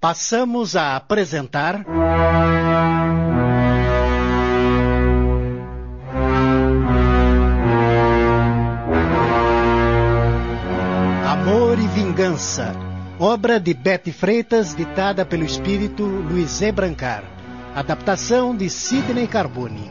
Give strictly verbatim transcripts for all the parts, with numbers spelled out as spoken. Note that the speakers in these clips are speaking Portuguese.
Passamos a apresentar... Amor e Vingança, obra de Bete Freitas, ditada pelo espírito Luiz E. Brancar. Adaptação de Sidney Carbone.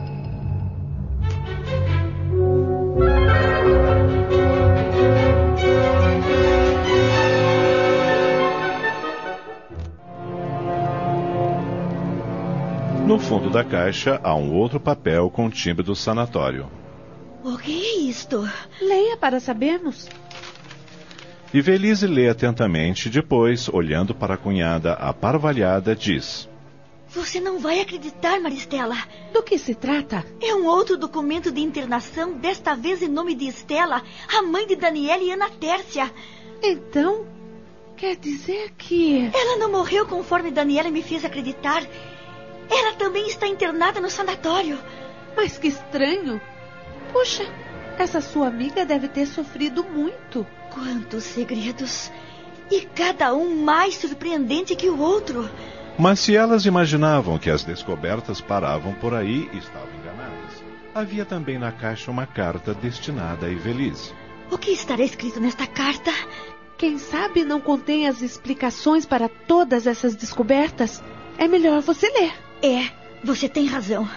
No fundo da caixa há um outro papel com timbre do sanatório. O que é isto? Leia para sabermos. Ivelisse lê atentamente, depois, olhando para a cunhada aparvalhada, diz: Você não vai acreditar, Maristela. Do que se trata? É um outro documento de internação, desta vez em nome de Estela, a mãe de Daniela e Ana Tércia. Então, quer dizer que... Ela não morreu conforme Daniela me fez acreditar. Ela também está internada no sanatório. Mas que estranho. Puxa, essa sua amiga deve ter sofrido muito. Quantos segredos. E cada um mais surpreendente que o outro. Mas se elas imaginavam que as descobertas paravam por aí, estavam enganadas. Havia também na caixa uma carta destinada a Ivelisse. O que estará escrito nesta carta? Quem sabe não contém as explicações para todas essas descobertas? É melhor você ler. É, você tem razão.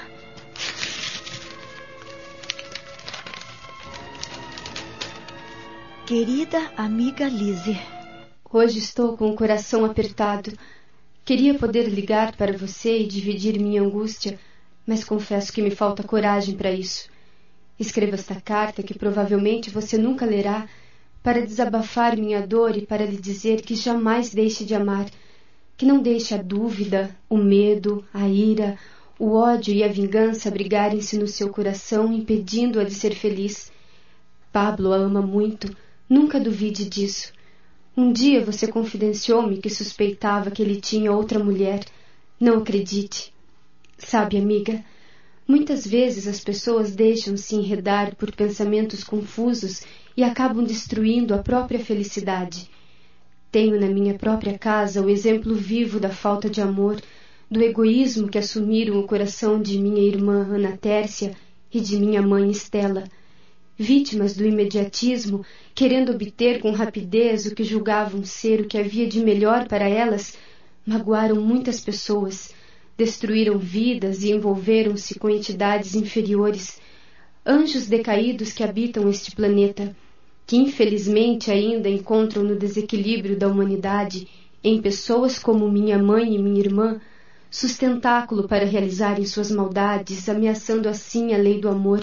Querida amiga Lise, hoje estou com o coração apertado. Queria poder ligar para você e dividir minha angústia, mas confesso que me falta coragem para isso. Escrevo esta carta, que provavelmente você nunca lerá, para desabafar minha dor e para lhe dizer que jamais deixe de amar, que não deixe a dúvida, o medo, a ira, o ódio e a vingança abrigarem-se no seu coração, impedindo-a de ser feliz. Pablo a ama muito, nunca duvide disso. Um dia você confidenciou-me que suspeitava que ele tinha outra mulher. Não acredite. Sabe, amiga, muitas vezes as pessoas deixam-se enredar por pensamentos confusos e acabam destruindo a própria felicidade. Tenho na minha própria casa o exemplo vivo da falta de amor, do egoísmo que assumiram o coração de minha irmã Ana Tércia e de minha mãe Estela. Vítimas do imediatismo, querendo obter com rapidez o que julgavam ser o que havia de melhor para elas, magoaram muitas pessoas, destruíram vidas e envolveram-se com entidades inferiores, anjos decaídos que habitam este planeta, que infelizmente ainda encontram no desequilíbrio da humanidade, em pessoas como minha mãe e minha irmã, sustentáculo para realizarem suas maldades, ameaçando assim a lei do amor.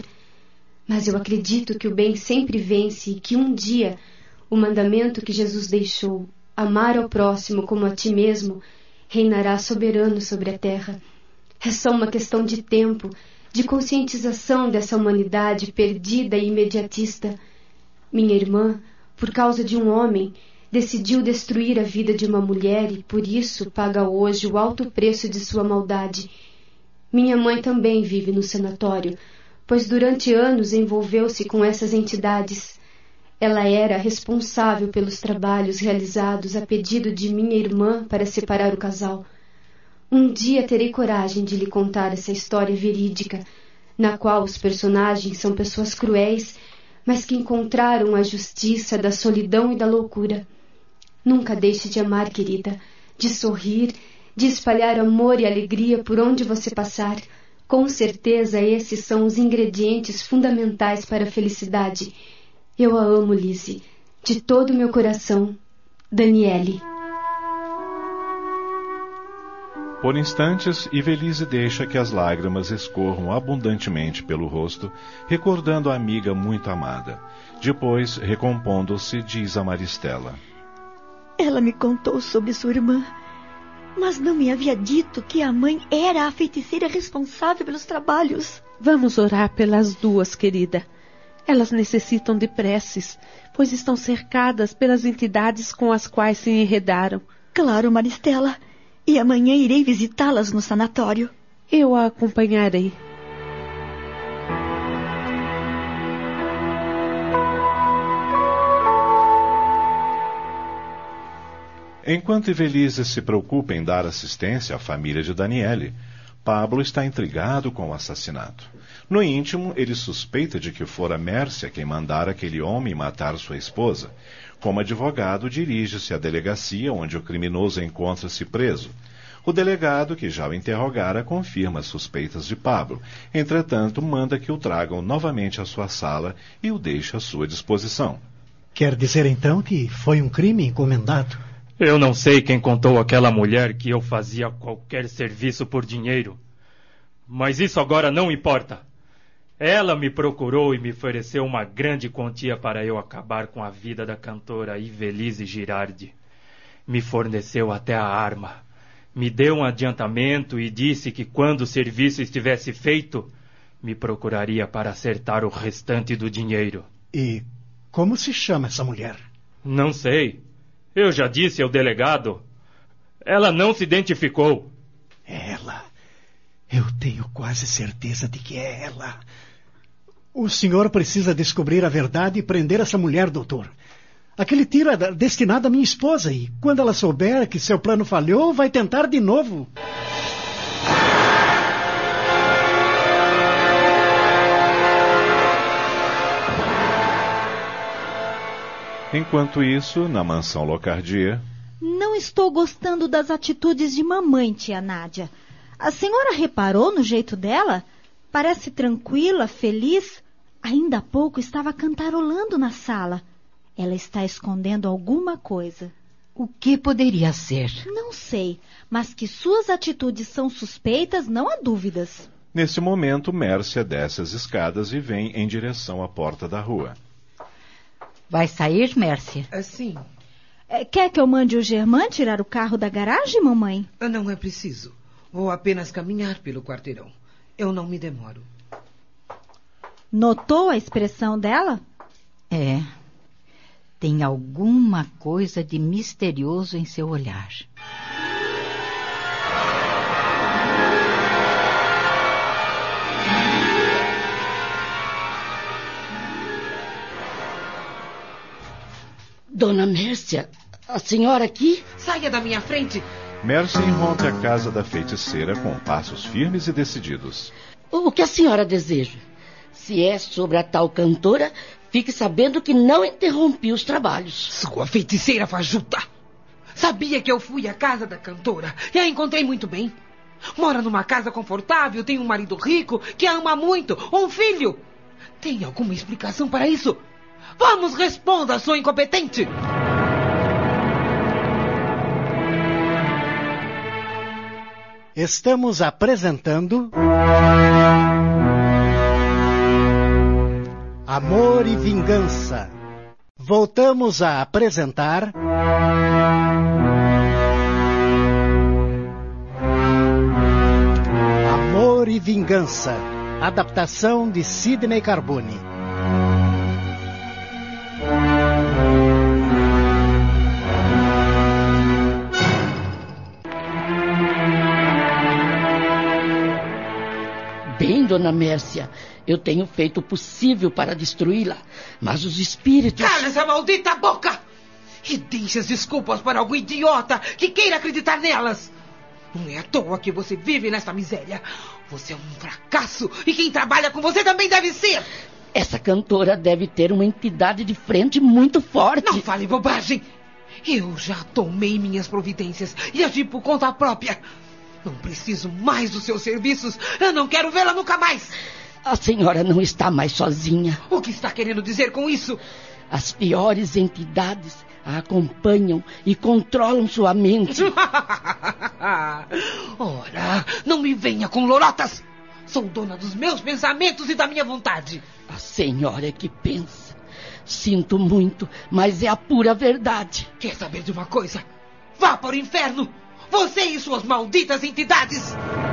Mas eu acredito que o bem sempre vence e que um dia o mandamento que Jesus deixou, amar ao próximo como a ti mesmo, reinará soberano sobre a terra. É só uma questão de tempo, de conscientização dessa humanidade perdida e imediatista. Minha irmã, por causa de um homem, decidiu destruir a vida de uma mulher e, por isso, paga hoje o alto preço de sua maldade. Minha mãe também vive no sanatório, pois durante anos envolveu-se com essas entidades. Ela era responsável pelos trabalhos realizados a pedido de minha irmã para separar o casal. Um dia terei coragem de lhe contar essa história verídica, na qual os personagens são pessoas cruéis, mas que encontraram a justiça da solidão e da loucura. Nunca deixe de amar, querida, de sorrir, de espalhar amor e alegria por onde você passar. Com certeza esses são os ingredientes fundamentais para a felicidade. Eu a amo, Lise, de todo o meu coração. Daniele. Por instantes, Ivelisse deixa que as lágrimas escorram abundantemente pelo rosto, recordando a amiga muito amada. Depois, recompondo-se, diz a Maristela: Ela me contou sobre sua irmã, mas não me havia dito que a mãe era a feiticeira responsável pelos trabalhos. Vamos orar pelas duas, querida. Elas necessitam de preces, pois estão cercadas pelas entidades com as quais se enredaram. Claro, Maristela. E amanhã irei visitá-las no sanatório. Eu a acompanharei. Enquanto Evelise se preocupa em dar assistência à família de Daniele, Pablo está intrigado com o assassinato. No íntimo, ele suspeita de que fora Mércia quem mandara aquele homem matar sua esposa. Como advogado, dirige-se à delegacia onde o criminoso encontra-se preso. O delegado, que já o interrogara, confirma as suspeitas de Pablo. Entretanto, manda que o tragam novamente à sua sala e o deixa à sua disposição. Quer dizer, então, que foi um crime encomendado? Eu não sei quem contou àquela mulher que eu fazia qualquer serviço por dinheiro. Mas isso agora não importa. Ela me procurou e me ofereceu uma grande quantia para eu acabar com a vida da cantora Evelise Girardi. Me forneceu até a arma. Me deu um adiantamento e disse que quando o serviço estivesse feito, me procuraria para acertar o restante do dinheiro. E como se chama essa mulher? Não sei. Eu já disse ao delegado. Ela não se identificou. Ela? Eu tenho quase certeza de que é ela. O senhor precisa descobrir a verdade e prender essa mulher, doutor. Aquele tiro é destinado à minha esposa e, quando ela souber que seu plano falhou, vai tentar de novo. Enquanto isso, na mansão Locardier... Não estou gostando das atitudes de mamãe, tia Nádia. A senhora reparou no jeito dela? Parece tranquila, feliz. Ainda há pouco estava cantarolando na sala. Ela está escondendo alguma coisa. O que poderia ser? Não sei, mas que suas atitudes são suspeitas, não há dúvidas. Nesse momento, Mércia desce as escadas e vem em direção à porta da rua. Vai sair, Mércia? Sim. É, quer que eu mande o Germán tirar o carro da garagem, mamãe? Não é preciso. Vou apenas caminhar pelo quarteirão. Eu não me demoro. Notou a expressão dela? É. Tem alguma coisa de misterioso em seu olhar. Dona Mércia, a senhora aqui? Saia da minha frente! Mércia irrompe a casa da feiticeira com passos firmes e decididos. O que a senhora deseja? Se é sobre a tal cantora, fique sabendo que não interrompi os trabalhos. Sua feiticeira fajuta! Sabia que eu fui à casa da cantora e a encontrei muito bem. Mora numa casa confortável, tem um marido rico que a ama muito, um filho. Tem alguma explicação para isso? Vamos, responda, sua incompetente! Estamos apresentando... Amor e Vingança. Voltamos a apresentar... Amor e Vingança. Adaptação de Sidney Carbone. Bem, dona Mércia, eu tenho feito o possível para destruí-la, mas os espíritos... Cala essa maldita boca! E deixe as desculpas para algum idiota que queira acreditar nelas. Não é à toa que você vive nesta miséria. Você é um fracasso e quem trabalha com você também deve ser. Essa cantora deve ter uma entidade de frente muito forte. Não fale bobagem. Eu já tomei minhas providências e agi por conta própria. Não preciso mais dos seus serviços. Eu não quero vê-la nunca mais. A senhora não está mais sozinha. O que está querendo dizer com isso? As piores entidades a acompanham e controlam sua mente. Ora, não me venha com lorotas. Sou dona dos meus pensamentos e da minha vontade. A senhora é que pensa. Sinto muito, mas é a pura verdade. Quer saber de uma coisa? Vá para o inferno. Você e suas malditas entidades.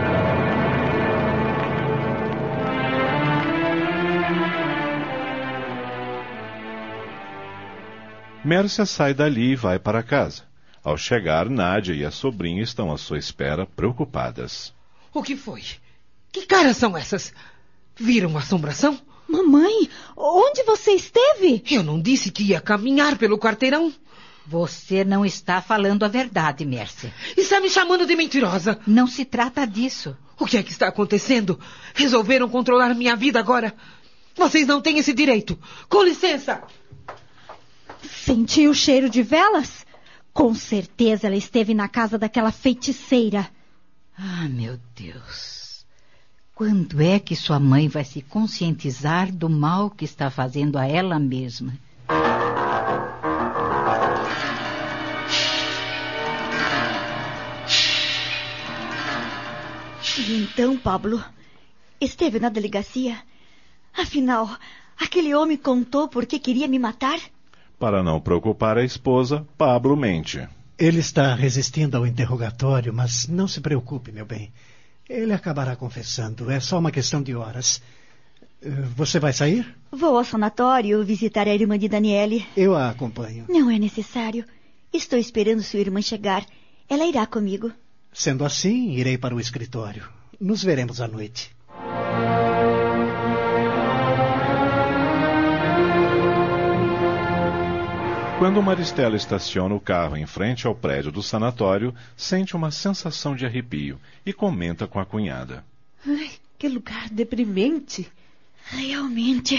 Mércia sai dali e vai para casa. Ao chegar, Nádia e a sobrinha estão à sua espera, preocupadas. O que foi? Que caras são essas? Viram a assombração? Mamãe, onde você esteve? Eu não disse que ia caminhar pelo quarteirão? Você não está falando a verdade, Mércia. Está me chamando de mentirosa. Não se trata disso. O que é que está acontecendo? Resolveram controlar minha vida agora. Vocês não têm esse direito. Com licença. Sentiu o cheiro de velas? Com certeza ela esteve na casa daquela feiticeira. Ah, meu Deus. Quando é que sua mãe vai se conscientizar do mal que está fazendo a ela mesma? E então, Pablo, esteve na delegacia? Afinal, aquele homem contou por que queria me matar? Para não preocupar a esposa, Pablo mente. Ele está resistindo ao interrogatório, mas não se preocupe, meu bem. Ele acabará confessando. É só uma questão de horas. Você vai sair? Vou ao sanatório visitar a irmã de Daniele. Eu a acompanho. Não é necessário. Estou esperando sua irmã chegar. Ela irá comigo. Sendo assim, irei para o escritório. Nos veremos à noite. Quando Maristela estaciona o carro em frente ao prédio do sanatório, sente uma sensação de arrepio e comenta com a cunhada. Ai, que lugar deprimente. Realmente.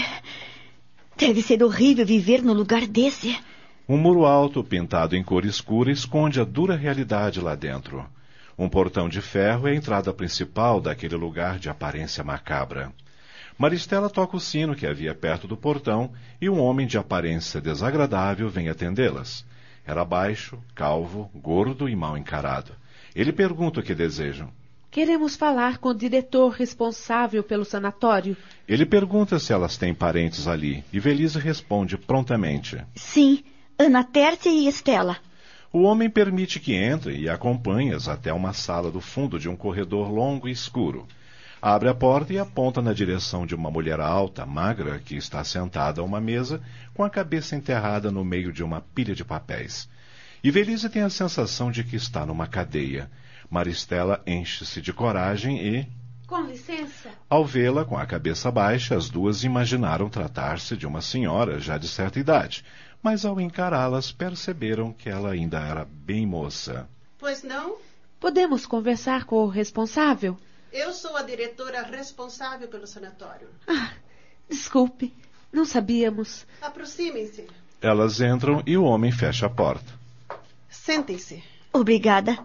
Deve ser horrível viver no lugar desse. Um muro alto, pintado em cor escura, esconde a dura realidade lá dentro. Um portão de ferro é a entrada principal daquele lugar de aparência macabra. Maristela toca o sino que havia perto do portão e um homem de aparência desagradável vem atendê-las. Era baixo, calvo, gordo e mal encarado. Ele pergunta o que desejam. Queremos falar com o diretor responsável pelo sanatório. Ele pergunta se elas têm parentes ali e Velise responde prontamente. Sim, Ana Tércia e Estela. O homem permite que entre e acompanhe-as até uma sala do fundo de um corredor longo e escuro. Abre a porta e aponta na direção de uma mulher alta, magra, que está sentada a uma mesa, com a cabeça enterrada no meio de uma pilha de papéis. E Velise tem a sensação de que está numa cadeia. Maristela enche-se de coragem e... Com licença. Ao vê-la com a cabeça baixa, as duas imaginaram tratar-se de uma senhora já de certa idade, mas ao encará-las perceberam que ela ainda era bem moça. Pois não? Podemos conversar com o responsável? Eu sou a diretora responsável pelo sanatório. Ah, desculpe, não sabíamos. Aproximem-se. Elas entram e o homem fecha a porta. Sentem-se. Obrigada.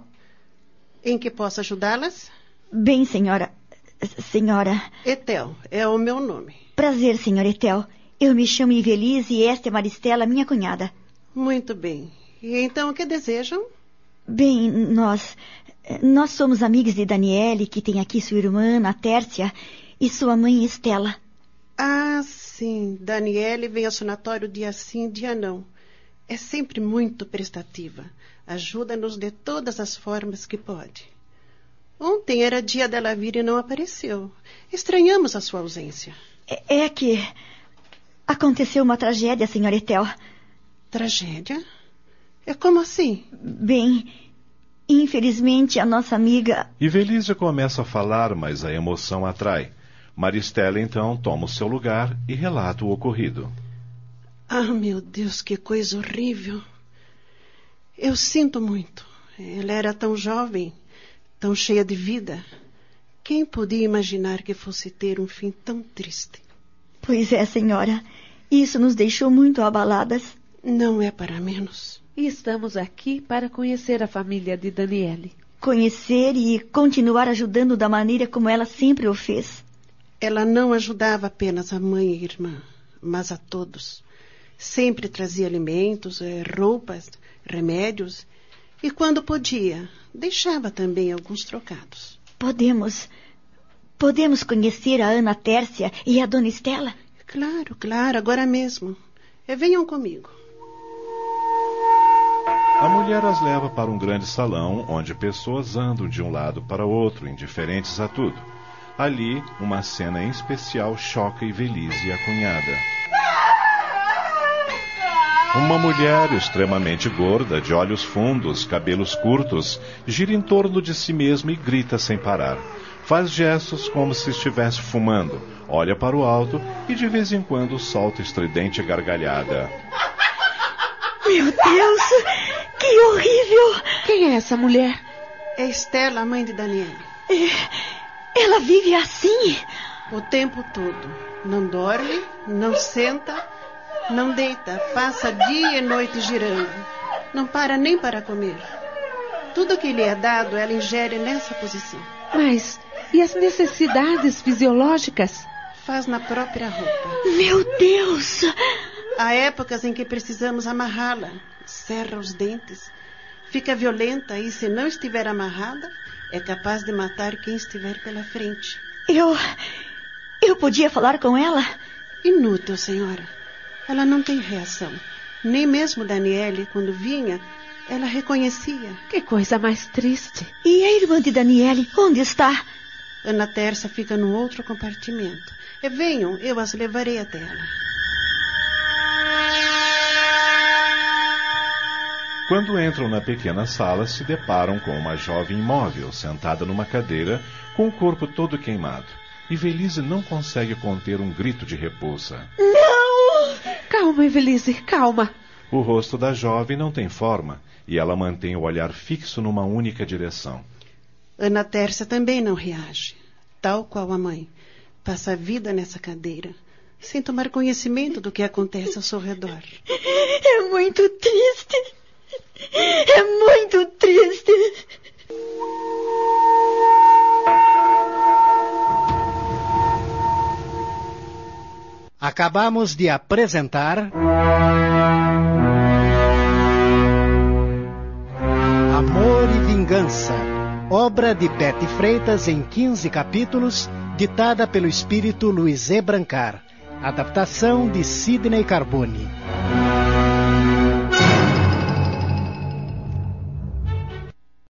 Em que posso ajudá-las? Bem, senhora... Senhora... Etel, é o meu nome. Prazer, senhora Etel. Eu me chamo Ivelise e esta é Maristela, minha cunhada. Muito bem. E então o que desejam? Bem, nós... Nós somos amigas de Daniele, que tem aqui sua irmã, Ana Tércia, e sua mãe, Estela. Ah, sim. Daniele vem ao sanatório dia sim, dia não. É sempre muito prestativa. Ajuda-nos de todas as formas que pode. Ontem era dia dela vir e não apareceu. Estranhamos a sua ausência. É, é que... Aconteceu uma tragédia, senhora Etel. Tragédia? É como assim? Bem... Infelizmente, a nossa amiga... E Velise começa a falar, mas a emoção atrai. Maristela, então, toma o seu lugar e relata o ocorrido. Ah, meu Deus, que coisa horrível. Eu sinto muito. Ela era tão jovem, tão cheia de vida. Quem podia imaginar que fosse ter um fim tão triste? Pois é, senhora. Isso nos deixou muito abaladas. Não é para menos. E estamos aqui para conhecer a família de Daniele. Conhecer e continuar ajudando da maneira como ela sempre o fez. Ela não ajudava apenas a mãe e a irmã, mas a todos. Sempre trazia alimentos, roupas, remédios e, quando podia, deixava também alguns trocados. Podemos... Podemos conhecer a Ana Tércia e a dona Estela? Claro, claro, agora mesmo. Venham comigo. A mulher as leva para um grande salão, onde pessoas andam de um lado para o outro, indiferentes a tudo. Ali, uma cena em especial choca Ivelise e a cunhada. Uma mulher extremamente gorda, de olhos fundos, cabelos curtos, gira em torno de si mesma e grita sem parar. Faz gestos como se estivesse fumando, olha para o alto e de vez em quando solta estridente gargalhada. Meu Deus, que horrível! Quem é essa mulher? É Estela, a mãe de Daniele. É, ela vive assim? O tempo todo. Não dorme, não senta, não deita. Passa dia e noite girando. Não para nem para comer. Tudo que lhe é dado, ela ingere nessa posição. Mas e as necessidades fisiológicas? Faz na própria roupa. Meu Deus! Há épocas em que precisamos amarrá-la. Cerra os dentes. Fica violenta e, se não estiver amarrada, é capaz de matar quem estiver pela frente. Eu... eu podia falar com ela? Inútil, senhora. Ela não tem reação. Nem mesmo Daniele, quando vinha, ela reconhecia. Que coisa mais triste. E a irmã de Daniele, onde está? Ana Terça fica num outro compartimento. E venham, eu as levarei até ela. Quando entram na pequena sala, se deparam com uma jovem imóvel, sentada numa cadeira, com o corpo todo queimado. E Evelise não consegue conter um grito de repulsa. Não! Calma, Evelise, calma. O rosto da jovem não tem forma, e ela mantém o olhar fixo numa única direção. Ana Tércia também não reage, tal qual a mãe. Passa a vida nessa cadeira, sem tomar conhecimento do que acontece ao seu redor. É muito triste. É muito triste. Acabamos de apresentar Amor e Vingança, obra de Bete Freitas em quinze capítulos, ditada pelo espírito Luizé Brancar, adaptação de Sidney Carbone.